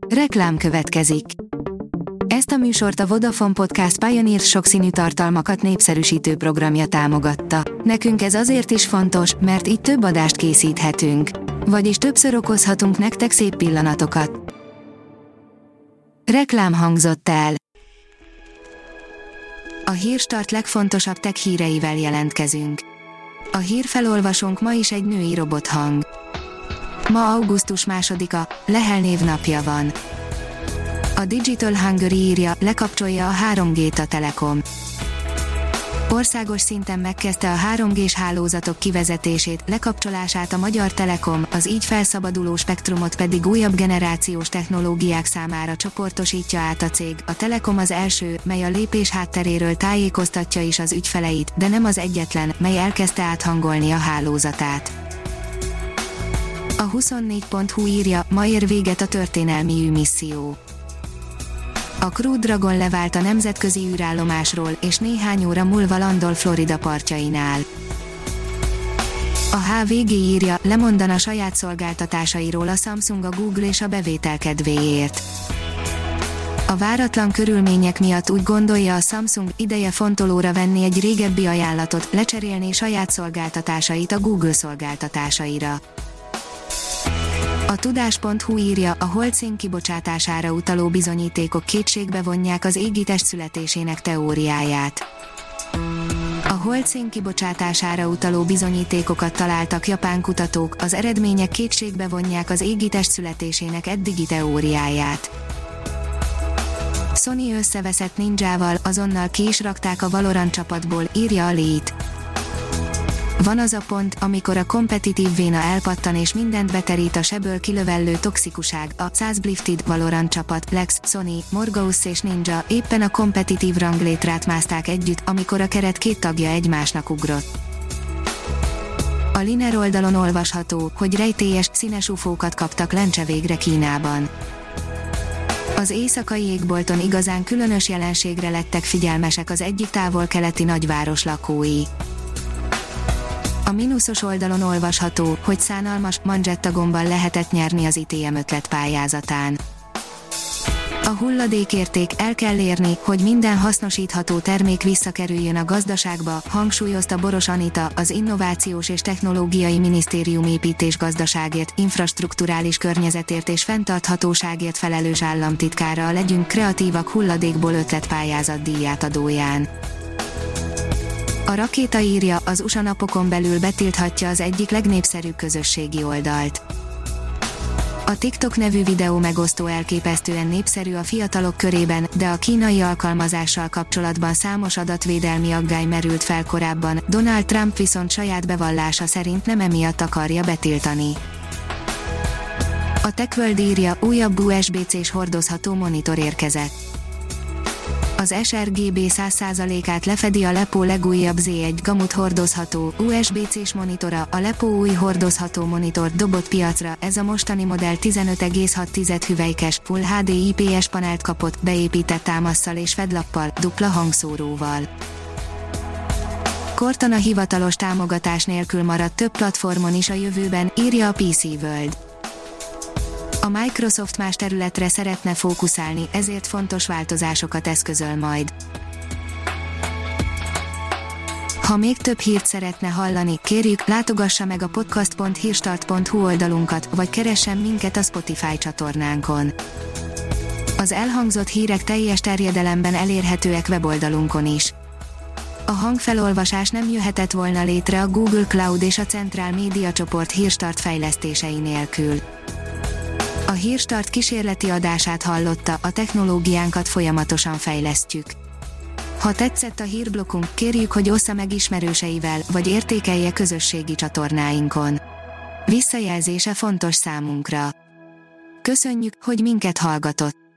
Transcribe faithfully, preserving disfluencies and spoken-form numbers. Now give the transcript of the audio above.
Reklám következik. Ezt a műsort a Vodafone Podcast Pioneer sokszínű tartalmakat népszerűsítő programja támogatta. Nekünk ez azért is fontos, mert így több adást készíthetünk. Vagyis többször okozhatunk nektek szép pillanatokat. Reklám hangzott el. A Hírstart legfontosabb tech híreivel jelentkezünk. A hírfelolvasónk ma is egy női robothang. Ma augusztus másodika, Lehel névnapja van. A Digital Hungary írja, lekapcsolja a három G-t a Telekom. Országos szinten megkezdte a három G-s hálózatok kivezetését, lekapcsolását a Magyar Telekom, az így felszabaduló spektrumot pedig újabb generációs technológiák számára csoportosítja át a cég. A Telekom az első, mely a lépés hátteréről tájékoztatja is az ügyfeleit, de nem az egyetlen, mely elkezdte áthangolni a hálózatát. A huszonnégy pont hu írja, ma ér véget a történelmi űrmisszió. A Crew Dragon levált a nemzetközi űrállomásról, és néhány óra múlva landol Florida partjainál. A há vé gé írja, lemondan a saját szolgáltatásairól a Samsung, a Google és a bevétel kedvéért. A váratlan körülmények miatt úgy gondolja a Samsung, ideje fontolóra venni egy régebbi ajánlatot, lecserélni saját szolgáltatásait a Google szolgáltatásaira. A tudás pont hu írja, a holdszén kibocsátására utaló bizonyítékok kétségbe vonják az égitest születésének teóriáját. A holdszén kibocsátására utaló bizonyítékokat találtak japán kutatók, az eredmények kétségbe vonják az égitest születésének eddigi teóriáját. Sony összeveszett Ninjával, azonnal ki is rakták a Valorant csapatból, írja a Lét. Van az a pont, amikor a kompetitív véna elpattan és mindent beterít a seből kilövellő toxikuság. A Százblifted, Valorant csapat, Lex, Sony, Morgause és Ninja éppen a kompetitív ranglétrát mászták együtt, amikor a keret két tagja egymásnak ugrott. A Liner oldalon olvasható, hogy rejtélyes, színes ufókat kaptak lencse végre Kínában. Az éjszakai égbolton igazán különös jelenségre lettek figyelmesek az egyik távol-keleti nagyváros lakói. A mínuszos oldalon olvasható, hogy szánalmas, manzsettagombbal lehetett nyerni az i té em ötlet pályázatán. A hulladékérték, el kell érni, hogy minden hasznosítható termék visszakerüljön a gazdaságba, hangsúlyozta Boros Anita, az Innovációs és Technológiai Minisztérium építésgazdaságért, infrastrukturális környezetért és fenntarthatóságért felelős államtitkára a Legyünk kreatívak hulladékból ötletpályázat díját adóján. A Rakéta írja, az u es á napokon belül betilthatja az egyik legnépszerűbb közösségi oldalt. A TikTok nevű videó megosztó elképesztően népszerű a fiatalok körében, de a kínai alkalmazással kapcsolatban számos adatvédelmi aggály merült fel korábban, Donald Trump viszont saját bevallása szerint nem emiatt akarja betiltani. A TechWorld írja, újabb u es bé cés hordozható monitor érkezett. Az es er gé bé száz százalékát lefedi a Lepo legújabb zé egy Gamut hordozható, u es bé cés monitora, a Lepo új hordozható monitort dobott piacra, ez a mostani modell tizenöt egész hat hüvelykes, Full há dé i pé es panelt kapott, beépített támasszal és fedlappal, dupla hangszóróval. Cortana hivatalos támogatás nélkül maradt több platformon is a jövőben, írja a pé cé World. A Microsoft más területre szeretne fókuszálni, ezért fontos változásokat eszközöl majd. Ha még több hírt szeretne hallani, kérjük, látogassa meg a podcast pont hírstart pont hu oldalunkat, vagy keressen minket a Spotify csatornánkon. Az elhangzott hírek teljes terjedelemben elérhetőek weboldalunkon is. A hangfelolvasás nem jöhetett volna létre a Google Cloud és a Centrál Média csoport Hírstart fejlesztései nélkül. A Hírstart kísérleti adását hallotta, a technológiánkat folyamatosan fejlesztjük. Ha tetszett a hírblokkunk, kérjük, hogy ossza meg ismerőseivel, vagy értékelje közösségi csatornáinkon. Visszajelzése fontos számunkra. Köszönjük, hogy minket hallgatott!